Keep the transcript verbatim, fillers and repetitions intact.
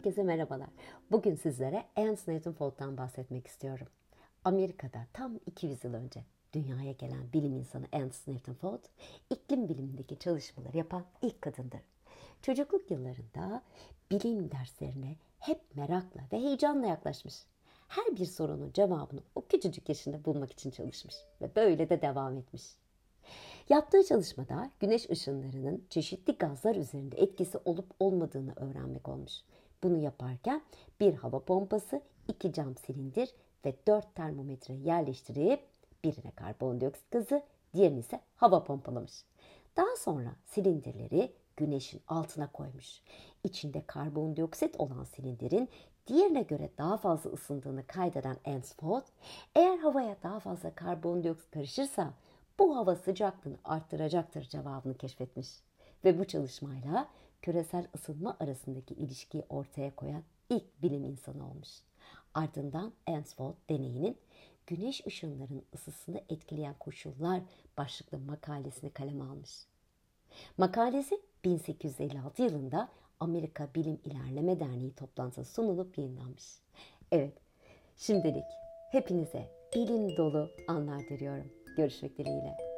Herkese merhabalar. Bugün sizlere Anne Snowden-Ford'dan bahsetmek istiyorum. Amerika'da tam iki yüz yıl önce dünyaya gelen bilim insanı Anne Snowden-Ford, iklim bilimindeki çalışmaları yapan ilk kadındır. Çocukluk yıllarında bilim derslerine hep merakla ve heyecanla yaklaşmış. Her bir sorunun cevabını o küçücük yaşında bulmak için çalışmış ve böyle de devam etmiş. Yaptığı çalışmada güneş ışınlarının çeşitli gazlar üzerinde etkisi olup olmadığını öğrenmek olmuş. Bunu yaparken bir hava pompası, iki cam silindir ve dört termometre yerleştirip birine karbondioksit gazı, diğerini ise hava pompalamış. Daha sonra silindirleri güneşin altına koymuş. İçinde karbondioksit olan silindirin diğerine göre daha fazla ısındığını kaydeden Ansford, eğer havaya daha fazla karbondioksit karışırsa bu hava sıcaklığını arttıracaktır cevabını keşfetmiş. Ve bu çalışmayla küresel ısınma arasındaki ilişkiyi ortaya koyan ilk bilim insanı olmuş. Ardından Ansford deneyinin güneş ışınlarının ısısını etkileyen koşullar başlıklı makalesini kaleme almış. Makalesi bin sekiz yüz elli altı yılında Amerika Bilim İlerleme Derneği toplantısında sunulup yayınlanmış. Evet, şimdilik hepinize bilim dolu anlar diliyorum. Görüşmek dileğiyle.